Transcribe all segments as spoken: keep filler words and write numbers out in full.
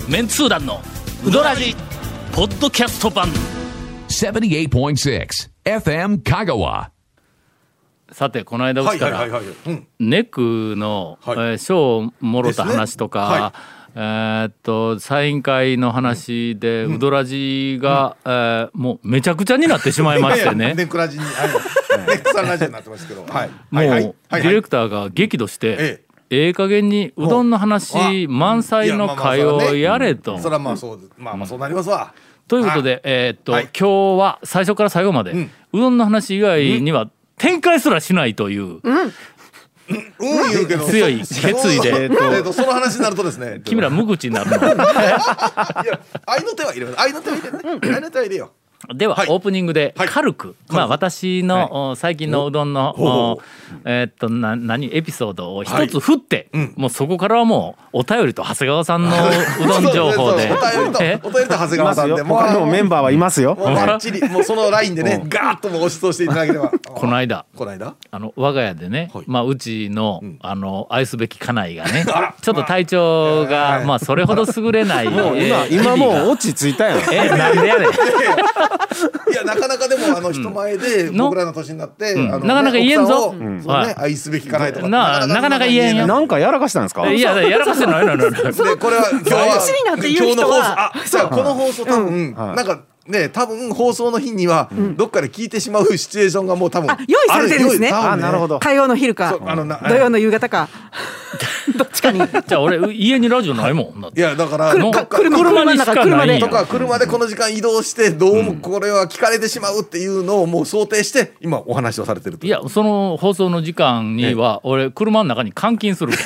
メンツー団のウドラジポッドキャスト版ななじゅうはちてんろく エフエム 香川。 さてこの間うちからネックの、はいえー、賞をもろた話とか、ねはいえー、っとサイン会の話で、うん、ウドラジが、うんえー、もうめちゃくちゃになってしまいましてねネックラジにネックさんラジオになってますけど、はい、 もう、はいはい、ディレクターが激怒して、ええええ加減にうどんの話満載の会をやれと。 それはまあそうまあまあそうなりますわ。 ということで、えー、っと、はい、今日は最初から最後まで、うん、うどんの話以外には展開すらしないという、うんうん、 言うけど強い決意で、 えー、とその話になるとですね君ら無口になるのいや愛の手は入れる愛の手は入れるね、うん、愛の手は入れよう。 では、はい、オープニングで軽く、はい、まあ、私の、はい、最近のうどんの、えー、っとな何エピソードを一つ振って、はいうん、もうそこからはもうお便りと長谷川さんのうどん情報でお便りとお便りと長谷川さんでもう他のメンバーはいますよ。 もうバッチリもうそのラインでねガーッともう押し通していただければこの間この間あの我が家でね、はいまあ、うちの、うん、あの愛すべき家内がねちょっと体調が、まあ、それほど優れないもう今、今もう落ち着いたやんえなんでやねんいやなかなかでもあの人前で僕らの年になって、うん、あのね、 なかなか言えんぞ、 うんそうね、愛すべきかないとかななかなか言えんよ。 なんかやらかしたんですか。 いややらかしてないのよ。でこれは今日は今日の放送あじゃあこの放送多分、 うんはい、 なんかね多分放送の日にはどっかで聞いてしまうシチュエーションがもう多分、 あ用意されてるんですね。 あなるほど。 火曜の昼かあの土曜の夕方かどっちかに。 じゃあ俺家にラジオないもん。 いやだから車, 車にしかないんやとか車でこの時間移動してどうもこれは聞かれてしまうっていうのをもう想定して今お話をされてると。 いやその放送の時間には俺車の中に監禁するで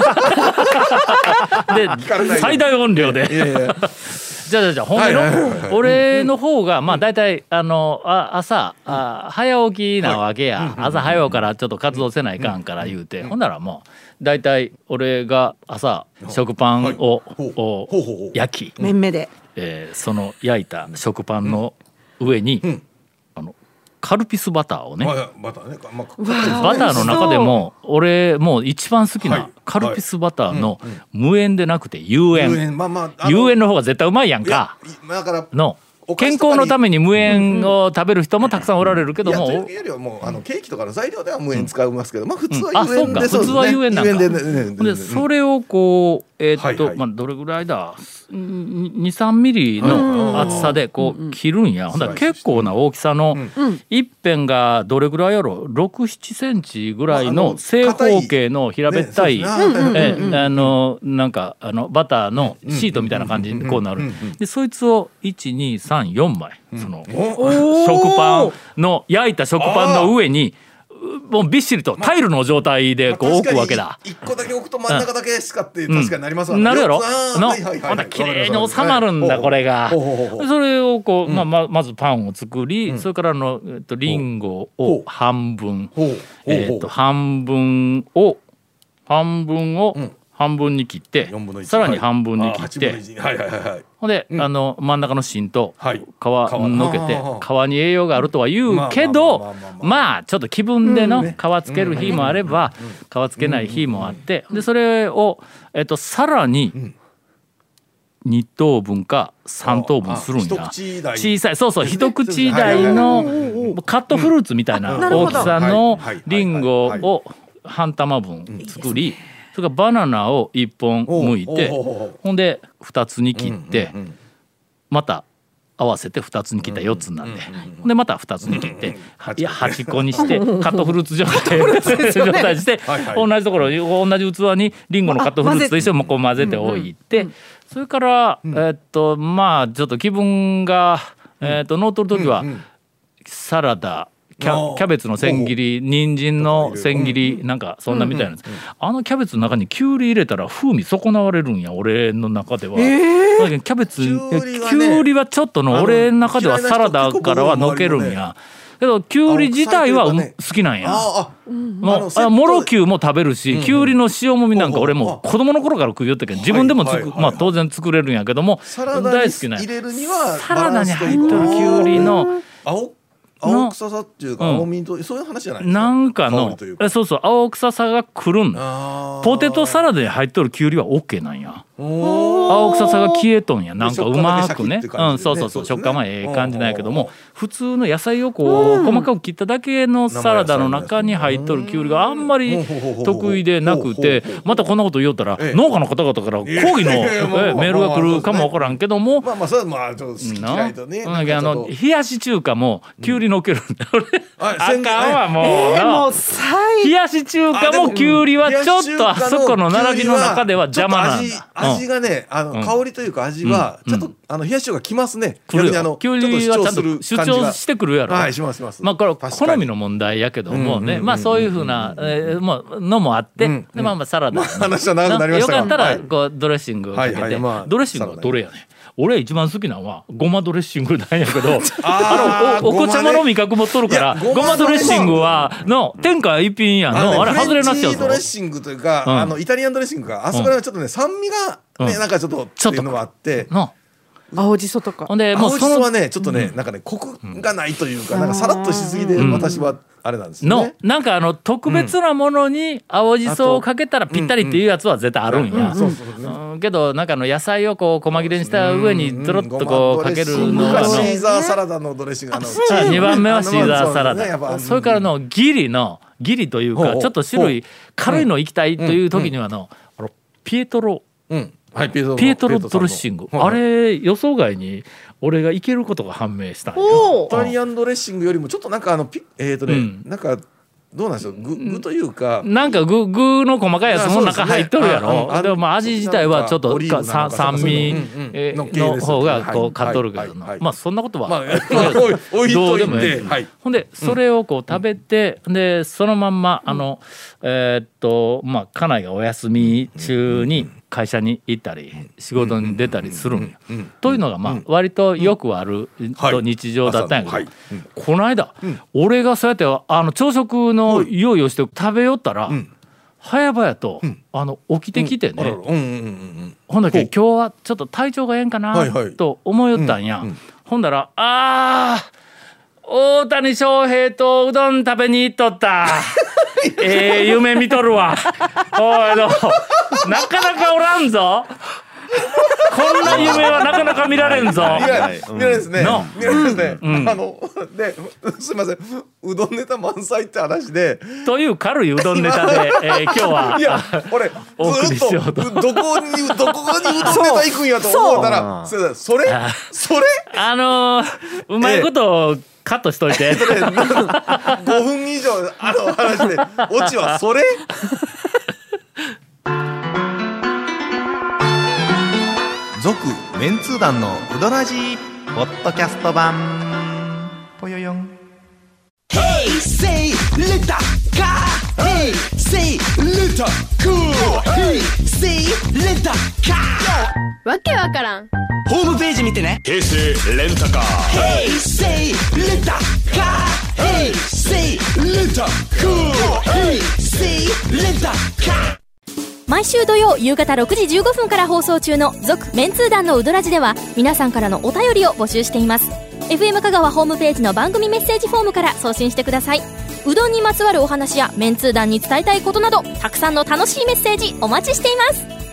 最大音量で。いやいやじゃあじゃあじゃあほんでの俺の方がまあ大体あのあ朝あ早起きなわけや。朝早うからちょっと活動せないかんから言うてほんならもう大体俺が朝食パンを焼き、 麺目で、 えー、その焼いた食パンの上に、うん、あのカルピスバターをね、 バターね、まあ、 バターの中でも俺もう一番好きなカルピスバターの無塩でなくて有塩、有塩の方が絶対うまいやんかの健康のために無塩を食べる人もたくさんおられるけども、 いやというよりはもうあのケーキとかの材料では無塩使いますけど、まあ普通は有塩で、 うん、あそうか普通は有塩なんかでそれをこうえー、っと、はいはい、まあどれぐらいだ にさんミリの厚さでこう切るんや。ほんだら結構な大きさの一辺がどれぐらいやろろく、ななセンチぐらいの正方形の平べったい、ね、えあのなんかあのバターのシートみたいな感じにこうなる。でそいつをいち、に、さん、よんまいその食パンの焼いた食パンの上にもうびっしりとタイルの状態でこう置くわけだ。 一個だけ置くと真ん中だけしかって確かになりますわね。 なるやろのまた綺麗に収まるんだこれが。それをこうまあままずパンを作り、それからのえっとリンゴを半分えっと半分を半分を半分に切ってさらに半分に切ってほんであの真ん中の芯と皮のけて皮に栄養があるとは言うけどまあちょっと気分での皮つける日もあれば皮つけない日もあってでそれをえっとさらにに等分かさん等分するんや。小さいそうそう一口大のカットフルーツみたいな大きさのリンゴを半玉分作りそれからバナナをいっぽん剥いてほんでふたつに切ってまた合わせてふたつに切ったよっつになってほんでまたふたつに切っていやはちこにしてカットフルーツ状態状態して同じところ同じ器にリンゴのカットフルーツと一緒にこう混ぜておいてそれからえっとまあちょっと気分がえっと乗っ取る時はサラダキ ャ, キャベツの千切り人参の千切りなんかそんなみたいなんです、うんうん、あのキャベツの中にきゅうり入れたら風味損なわれるんや俺の中では、えー、キャベツきゅうりは、ね、きゅうりはちょっとの俺の中ではサラダからはのけるんやけどきゅうり自体は好きなんや。あもうもろきゅうも食べるしきゅうりの塩もみなんか俺も子供の頃から食いよったけど自分でもつく、はいはいはいまあ、当然作れるんやけども大好きなんや。サラダに入ってるきゅうりの青臭さっていうか青みと、そういう話じゃないですか。 なんかの香りというかそうそう青臭さがくるんだ。ポテトサラダに入っとるきゅうりは OK なんや。青臭さが消えとんや。なんかうまくね、うん、そうそうそう、食感はええ感じなんやけども、普通の野菜をこう細かく切っただけのサラダの中に入っとるきゅうりがあんまり得意でなくて、またこんなこと言おったら農家の方々から抗議のメールが来るかもわからんけども、 まあまあそれはまあちょっと好き嫌いとね、 あの冷やし中華もきゅうりのっけるんだよね。あかんわもうえー、もう冷やし中華もきゅうりはちょっとあそこの並びの中では邪魔なんだ。 味がね、あの香りというか味はちょっとあの冷やし中華きますね。 きゅうりはちゃんと主張してくるやろ。 はい、しますします。 まあこれ好みの問題やけどもね、まあそういうふうなのもあって、でまあまあサラダ話は長くなりましたが、 よかったらこうドレッシングかけて、ドレッシングはどれやねん。俺一番好きなのはごまドレッシングなんやけど、あの お, お子ちゃまの味覚も取るからごまドレッシングはの天下一品やの、あれ外れなっちゃうぞ。 フレンチドレッシングというか、うん、あのイタリアンドレッシングがあそこらはちょっとね、酸味がね、うん、なんかちょっとっていうのがあって、 青じそとか。 ほんでもう青じそはねちょっとね、うん、なんかねコクがないというか、なんかさらっとしすぎで私はあれなんですよね。 のなんかあの特別なものに青じそをかけたらぴったりっていうやつは絶対あるんや。けどなんかあの野菜をこう細切れにした上にドロッとこうかけるのがシーザーサラダのドレッシング、あのにばんめはシーザーサラダ、それからのギリのギリというかちょっと種類軽いのいきたいという時にはのピエトロはい、ピエトロドレッシング、あれ予想外に俺がいけることが判明したんよ。 イタリアンドレッシングよりもちょっとなんかあのピえっとね、うん、なんかどうなんでしょう、具具というかなんか具具の細かいやつも中入っとるやろ。でもまあ味自体はちょっと酸味の方がこうかっとるけどな、まあそんなことはどうでもいい。ほんでそれをこう食べて、でそのまんまあのえっとまあ家内がお休み中に会社に行ったり仕事に出たりするんよ。というのがまあ割とよくある日常だったんやけど、この間俺がそうやってあの朝食の用意をして食べよったら早々とあの起きてきてね、ほんだけ今日はちょっと体調がええんかなと思いよったんや。ほんだらあー大谷翔平とうどん食べに行っとったええ夢見とるわおいのなかなかおらんぞこんな夢はなかなか見られんぞ。いや見られんですね。見られんですね。あのですみません、うどんネタ満載って話でという軽いうどんネタで、えー、今日はいや俺お送りしようと。 どこにどこにうどんネタ行くんやと思ったら、それそれそれあのー、うまいことをカットしといて。 ごふん以上あの話でオチはそれ。 続メンツー団のウドラジポッドキャスト版ぽよよん。 Hey, say, let that car. Hey, say, let that cool. Hey, say, let that car. わけわからん。 ホームページ見てね。平成レンタカー。Hey, say, let that car. Hey, say, let that cool. Hey, say, let that car. 毎週土曜夕方ろくじじゅうごふんから放送中の続メンツー団のウドラジでは皆さんからのお便りを募集しています。 エフエム 香川ホームページの番組メッセージフォームから送信してください。うどんにまつわるお話やメンツー団に伝えたいことなどたくさんの楽しいメッセージお待ちしてい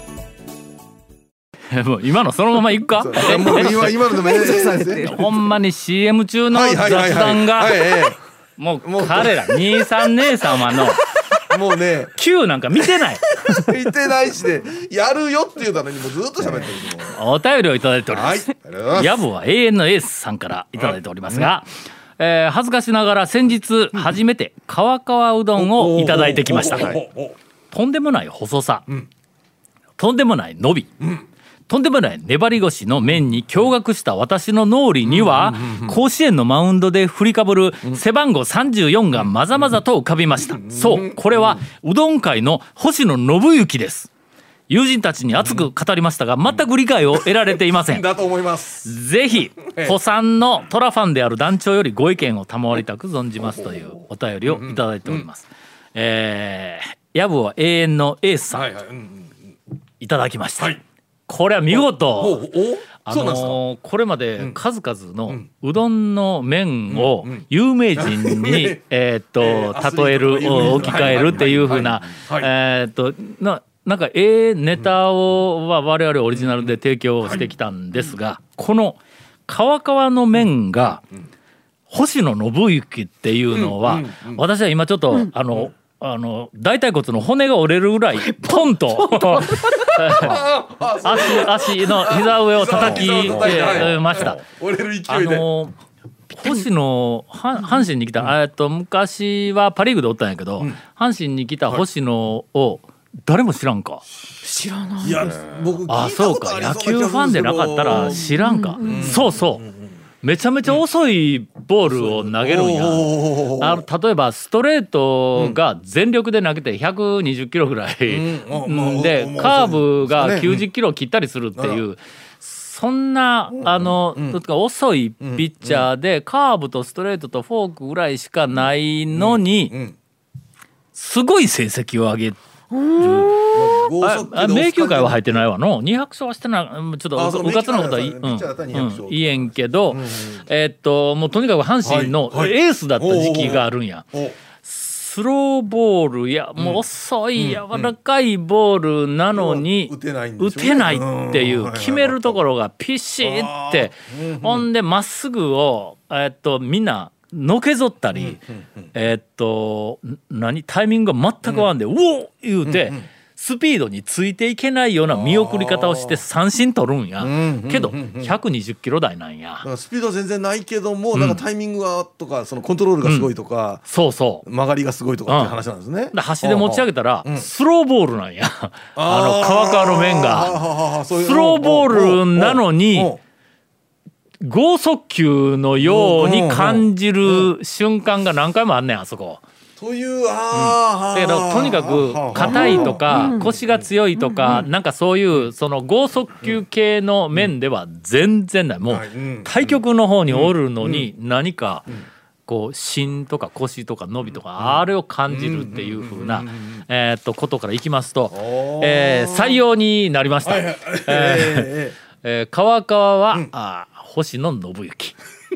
ます。もう今のそのままいくか。 もう今今のでもええですね。 ほんまに シーエム 中の雑談がもう彼ら兄さん姉様のもうね Q なんか見てない見てないしね、やるよって言うたのにもうずっと喋ってる。 お便りをいただいております。やぶは永遠のエースさんからいただいておりますが、うんえー、恥ずかしながら先日初めて川川うどんをいただいてきました。とんでもない細さ、うん、とんでもない伸び、うんとんでもない粘り腰の麺に驚愕した私の脳裏には甲子園のマウンドで振りかぶる背番号さんじゅうよんがまざまざと浮かびました。そうこれはうどん界の星野信之です。友人たちに熱く語りましたが全く理解を得られていません。 だと思います。 ぜひ古参のトラファンである団長よりご意見を賜りたく存じますというお便りをいただいております。えー、やぶは永遠のエースさん、はいはい、いただきました、はい。 これは見事、 おおあそうなんですか。 のーこれまで数々のうどんの麺を有名人にえーっと例える置き換えるっていう風なえーっとななんかええネタをは我々オリジナルで提供してきたんですが、この川川の麺が星野信之っていうのは私は今ちょっとあのあの大腿骨の骨が折れるぐらいポンと足足の膝上を叩きました。 折れる勢いで。 あの星野阪神に来た、えっと昔はパ・リーグでおったんやけど、阪神に来た星野を誰も知らんか。 知らない。 いや僕あ、そうか、野球ファンでなかったら知らんか。そうそうめちゃめちゃ遅いボールを投げるんや。あの例えばストレートが全力で投げてひゃくにじゅっキロぐらい、うん、でカーブがきゅうじゅっキロ切ったりするっていう、そんなあの遅いピッチャーでカーブとストレートとフォークぐらいしかないのにすごい成績を上げてあ名球会は入ってないわのにひゃく勝はしてない。ちょっとうかつなことは言、うんうん、言えんけど、うんうん、えー、っともうとにかく阪神のエースだった時期があるんや。スローボールやもう遅い柔らかいボールなのに打てないっていう決めるところがピシッて、ほんでまっすぐをえー、っとみんなのけぞったり、えー、っと何タイミングが全く合わんで、うん、おお言うて、うんうん、スピードについていけないような見送り方をして三振取るんや、けどひゃくにじゅっキロ台なんや。だからスピードは全然ないけども、うん、なんかタイミングがとかそのコントロールがすごいとか、 うん、そうそう曲がりがすごいとかって話なんですね、 うん、端で持ち上げたらスローボールなんやあの川川の面がスローボールなのに剛速球のように感じる瞬間が何回もあんねんあそこ。 というあ、 うん、だけどとにかく硬いとか腰が強いとかなんかそういうその剛速球系の面では全然ない。もう対極の方におるのに何かこう芯とか腰とか伸びとかあれを感じるっていう風なえっとことからいきますと、えー、採用になりました。えーえー、川川は、うん、あ星野信之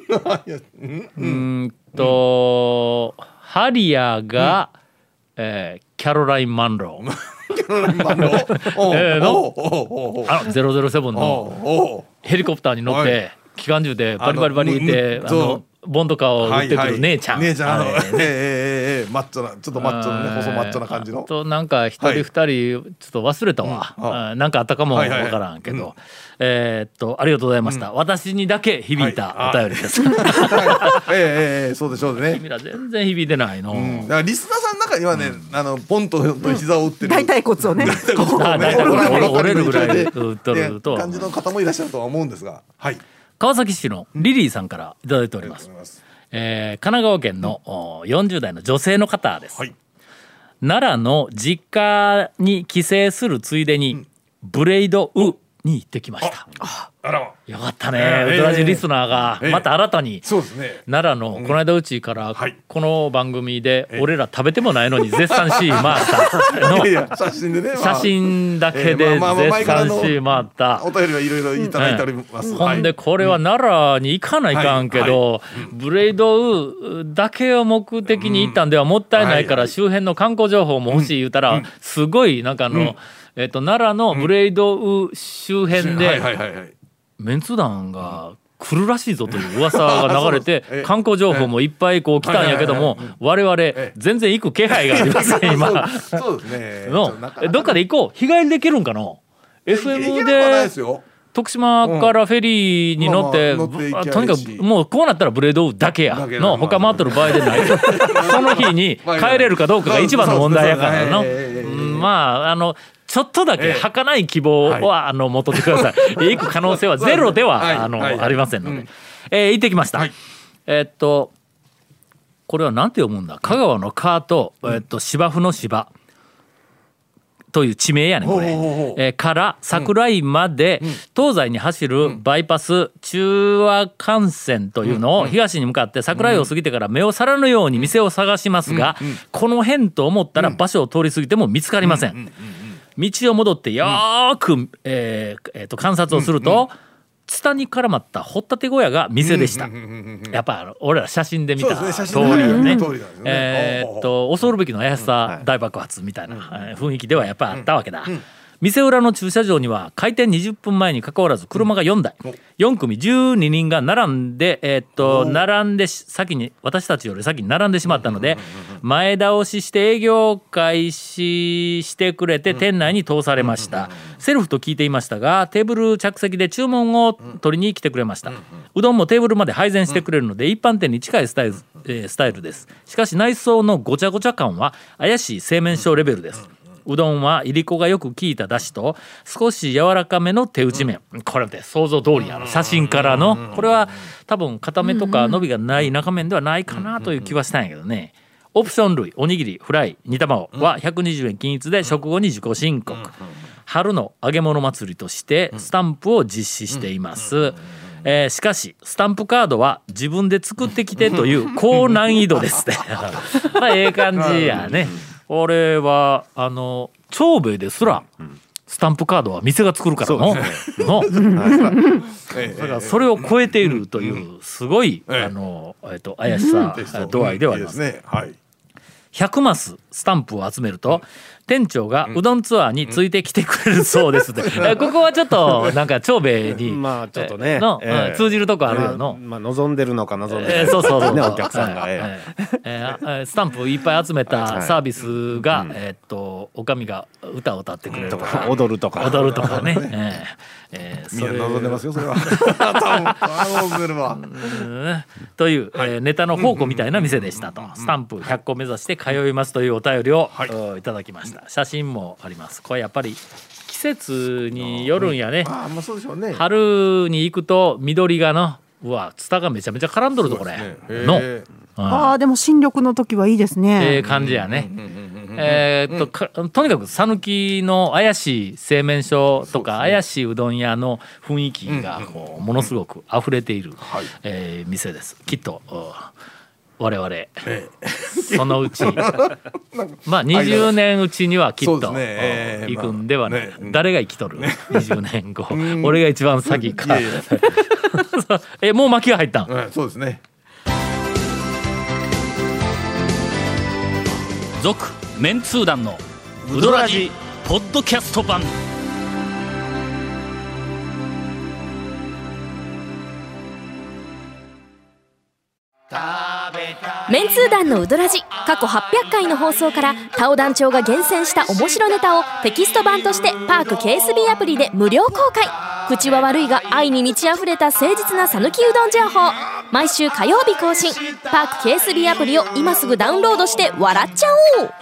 うんとハリアーが、うんえー、キャロライン・マンローキャロライン・マンローえー、のあのゼロゼロセブンのヘリコプターに乗って機関銃でバリバリバリってあのボンドカーを撃ってくる姉ちゃん、 姉ちゃん、ねえーえー、マッチョなちょっとマッチョのね細マッチョな感じのとなんか一人二人ちょっと忘れたわ、はい、なんかあったかもわからんけど、はいはいはい、えー、っとありがとうございました、うん、私にだけ響いたお便りです、はいはいえーえー、そうでしょうね。 君ら全然響いてないの、うん、 だからリスナーさんの中にはね、うん、あのポンと膝を打ってる、 大腿骨をね折れるぐらい打っとると感じの方もいらっしゃるとは思うんですが、はい、 川崎市のリリーさんからいただいております。えー、神奈川県のよんじゅう代の女性の方です、はい、奈良の実家に帰省するついでに、うん、ブレイドウに行ってきました。ああらよかったね、えー、ウドラジリスナーがまた新たに、えーそうですね、奈良のこの間うちからこの番組で俺ら食べてもないのに絶賛し回ったの写真でね、まあ、写真だけで絶賛し回ったお便りはいろいろいただいております、 うん、ほんでこれは奈良に行かないかんけど、はいはい、ブレイドウだけを目的に行ったんではもったいないから周辺の観光情報も欲しい言うたらすごいなんかあの、うんえー、と奈良のブレイドウ周辺でメンツ団が来るらしいぞという噂が流れて観光情報もいっぱいこう来たんやけども我々全然行く気配がありません今そうですねのどっかで行こう日帰りできるんかな エフエム で徳島からフェリーに乗って、うんまあまあ、とにかくもうこうなったらブレードウだけやの他回ってる場合でないその日に帰れるかどうかが一番の問題やからのまああのちょっとだけ儚い希望は、えーはい、あの持っとってください行く可能性はゼロでは、はい、あの、はい、ありませんので、うんえー、行ってきました、はい、えー、っとこれはなんて読むんだ香川の川と、うんえー、っと芝生の芝という地名やねんこれ、えー、から桜井まで東西に走るバイパス中和幹線というのを東に向かって桜井を過ぎてから目を皿のように店を探しますがこの辺と思ったら場所を通り過ぎても見つかりません。 道を戻ってよーく、うんえーえー、と観察をすると、うんうんツタに絡まった掘ったて小屋が店でした。やっぱあの俺ら写真で見た通りよね。えーっと恐るべきの怪しさ大爆発みたいな雰囲気ではやっぱあったわけだ。店裏の駐車場には開店にじゅっぷんまえにかかわらず車がよんだい、よん組じゅうににんが並んで、えー、っと並んで先に私たちより先に並んでしまったので前倒しして営業開始してくれて店内に通されました。セルフと聞いていましたがテーブル着席で注文を取りに来てくれました。うどんもテーブルまで配膳してくれるので一般店に近いスタイル、えー、スタイルです。しかし内装のごちゃごちゃ感は怪しい製麺所レベルです。うどんはいりこがよく効いただしと少し柔らかめの手打ち麺、これで想像通りやの写真からのこれは多分固めとか伸びがない中麺ではないかなという気はしたんやけどね。オプション類おにぎりフライ煮卵はひゃくにじゅうえん均一で食後に自己申告。春の揚げ物祭りとしてスタンプを実施しています。えー、しかしスタンプカードは自分で作ってきてという高難易度ですねまあええ感じやね。俺はあの長兵衛ですらスタンプカードは店が作るからののだからそれを超えているというすごいあの、えっと、怪しさ度合いではあります。ひゃくマススタンプを集めると店長がうどんツアーについてきてくれるそうですね、うん、ここはちょっとなんか長兵衛にまあちょっとねの、えー、通じるとこあるよの、 まあ、望んでるのか望んでないのか、えー、そうそうそう、 ね、お客さんが、 えーえー、スタンプいっぱい集めたサービスが、はいえー、っとおかみが歌を歌ってくれるとか、 うん、踊るとか踊るとかね、えーえー、みんな望んでますよそれは望んでるわという、はいえー、ネタの宝庫みたいな店でしたと、スタンプひゃっこ目指して通いますというお便りを、はい、いただきました。写真もあります。これやっぱり季節によるんやね。 ああまあそうでしょうね。 春に行くと緑がのうわツタがめちゃめちゃ絡んどるとこれ、ね、の、うん、 ああでも新緑の時はいいですね。 ええ感じやね。えー、っとかとにかく讃岐の怪しい製麺所とか怪しいうどん屋の雰囲気がこうものすごく溢れている、はいえー、店です。きっと我々、ええ、そのうちまあにじゅうねんうちにはきっと、ねえー、行くんではない、まあね、誰が生きとる、ね、にじゅうねんご俺が一番先かえもう巻きが入ったん、 うん、そうですね。 続メンツー団のウドラジポッドキャスト版。 メンツー団のウドラジ過去はっぴゃっかいの放送からタオ団長が厳選した面白ネタをテキスト版としてパーク ケーエスビー アプリで無料公開。口は悪いが愛に満ち溢れた誠実な讃岐うどん情報毎週火曜日更新。パーク ケーエスビー アプリを今すぐダウンロードして笑っちゃおう。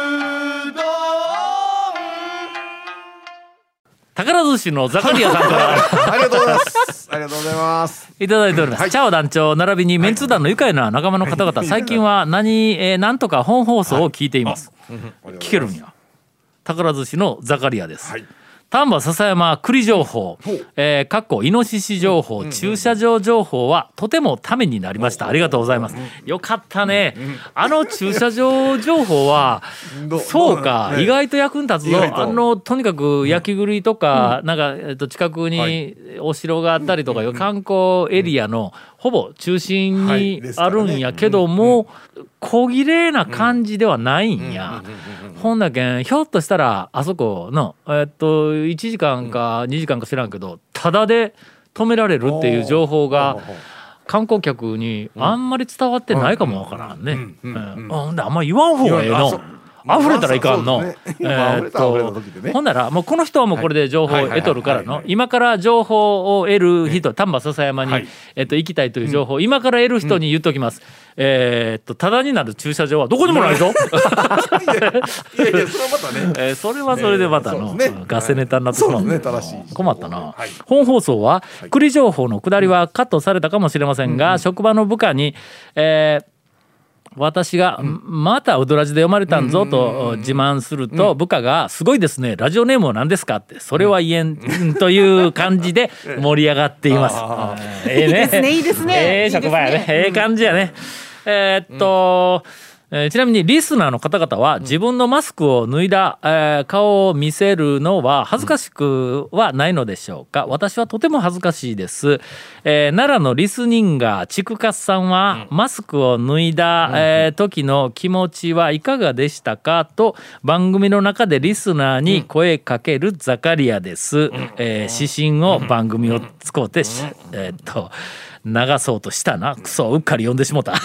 宝寿司のザカリアさんからありがとうございますありがとうございますいただいております、はい、チャオ団長並びにメンツー団の愉快な仲間の方々、はい、最近は何、えー、なんとか本放送を聞いています、はい、聞けるんや。宝寿司のザカリアです、はい、丹波篠山栗情報、えー、かっこイノシシ情報、うんうん、駐車場情報はとてもためになりました。ありがとうございます。よかったね、うんうん、あの駐車場情報はそうか、ね、意外と役に立つぞ。あのとにかく焼き栗とか、うん、なんか、えっと、近くにお城があったりとかいう観光エリアのほぼ中心にあるんやけども、小綺麗な感じではないんや。ほんだけんひょっとしたらあそこのえっといちじかんかにじかんか知らんけどタダで止められるっていう情報が観光客にあんまり伝わってないかもわからんね。ほんであんま言わん方がええの。溢れたらいかんの、ねえー、っと、ね、ほんならもうこの人はもうこれで情報を得とるからの今から情報を得る人丹波篠山に、はいえー、っと行きたいという情報を今から得る人に言っときます、うんえー、っとただになる駐車場はどこにもないぞいやいやいやそれはまたね、えー、それはそれでまたの、ね、ガセネタになってしまう、ね、困ったな、はい、本放送は栗情報の下りはカットされたかもしれませんが、うん、職場の部下に、えー私がまたウドラジで読まれたんぞと自慢すると部下がすごいですねラジオネームは何ですかってそれは言えんという感じで盛り上がっていますええねいいですねいいですねええ職場やねええ感じやねえー、っとえー、ちなみにリスナーの方々は自分のマスクを脱いだ、えー、顔を見せるのは恥ずかしくはないのでしょうか。私はとても恥ずかしいです、えー、奈良のリスニンガーチクカスさんはマスクを脱いだ、えー、時の気持ちはいかがでしたかと番組の中でリスナーに声かけるザカリアです、えー、指針を番組を使うてえー、っと流そうとしたな。クソうっかり読んでしもた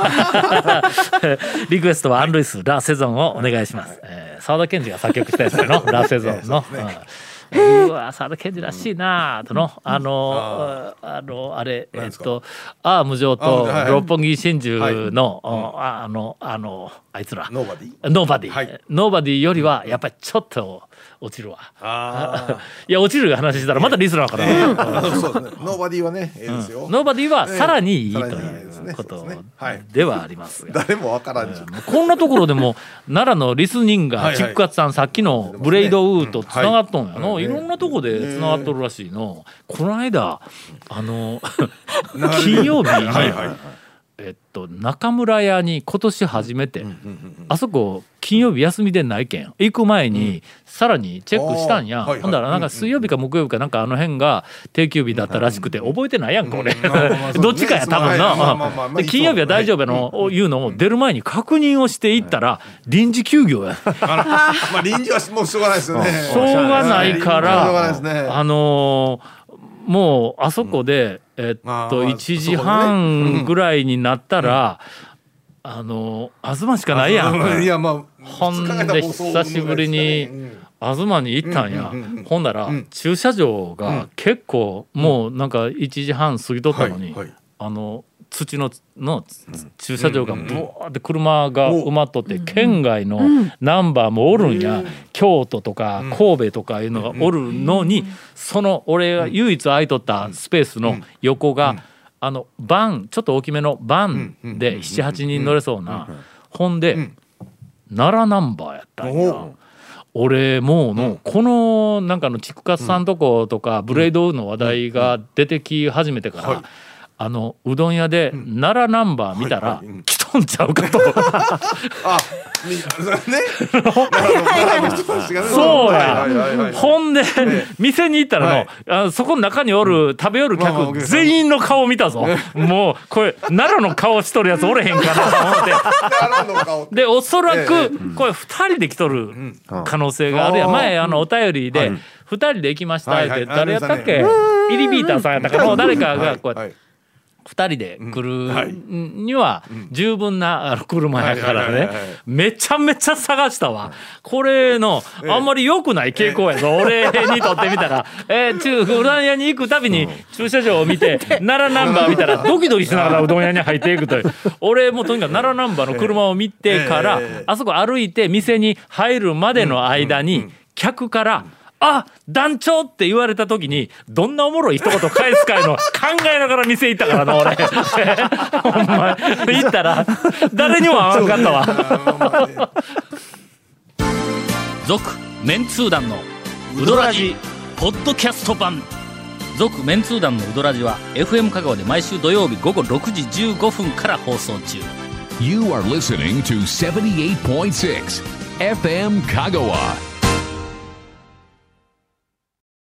リクエストはアン・ルイスラ・セゾンをお願いします。えー、沢田研二が作曲したやつのラ・セゾンの、うん、うわ沢田研二らしいなとのあのあのあれえっとアーム上と六本木真珠のああのあのあいつらノーバディノーバディノーバディよりはやっぱりちょっと落ちるわ。あいや落ちる話したらまたリスナーから、えー、 そうですね。ノーバディはね、ええですよ、 うん、ノーバディはさらにいいということではありますが、 誰もわからんじゃん、 こんなところでも奈良のリスニンガーチックアツさん、さっきのブレイドウーとつながっとんやの、はい、いろんなとこでつながっとるらしいの。この間あの金曜日に、はいはい、えっと、中村屋に今年初めて、うんうんうん、あそこ金曜日休みでないけん行く前にさらにチェックしたんや、うん、ほんだらなんか水曜日か木曜日かなんかあの辺が定休日だったらしくて覚えてないやんか俺、うん、どっちかや多分な。で金曜日は大丈夫やの、はい、いうのを出る前に確認をしていったら臨時休業やまあ臨時はもうしょうがないですよね。 しょうがないからあのーもうあそこで、うん、えっといちじはんぐらいになったら、うん、あの東しかないやん。いや、まあ、ほんで久しぶりに東に行ったんや、うんうんうん、ほんなら、うん、駐車場が結構、うん、もうなんかいちじはん過ぎとったのに、はいはい、あの土のの駐車場がブワーって車が埋まっとって、うん、県外のナンバーもおるんや、うん、京都とか神戸とかいうのがおるのに、うん、その俺が唯一空いとったスペースの横が、うん、あのバンちょっと大きめのバンで ななはちにん乗れそうな、うん、ほんで、うん、奈良ナンバーやったんや。俺もうの、うん、このなんかのチクカスさんとことか、うん、ブレイドの話題が出てき始めてから、うんはい、あのうどん屋で奈良ナンバー見たら、うんはいはい、来とんちゃうかとあねそうや、ほんで、ね、店に行ったらの、はい、あそこの中におる、うん、食べよる客、うん、全員の顔見たぞ、うん、もうこれ奈良の顔しとるやつおれへんかなと思ってでおそらく、ええ、これふたりで来とる可能性があるやん、うん、前あのお便りで、うん、ふたりで行きましたって、はいはい、誰やったっけ、イリビーターさんやったかの誰かがこうやって、はいはいふたりで来るには十分な車やからね、めちゃめちゃ探したわ。これのあんまり良くない傾向やぞ、俺にとってみたら、えー、うどん屋に行くたびに駐車場を見て奈良ナンバー見たらドキドキしながらうどん屋に入っていくという。俺もとにかく奈良ナンバーの車を見てからあそこ歩いて店に入るまでの間に客からあ団長って言われた時にどんなおもろい一言返すかいの考えながら店行ったからな俺ほんま行ったら誰にも会わんかったわ続メンツー団のウドラジポッドキャスト版続メンツー団のウドラジは エフエム 香川で毎週土曜日午後ろくじじゅうごふんから放送中。 You are listening to セブンティーエイトポイントシックス エフエム 香川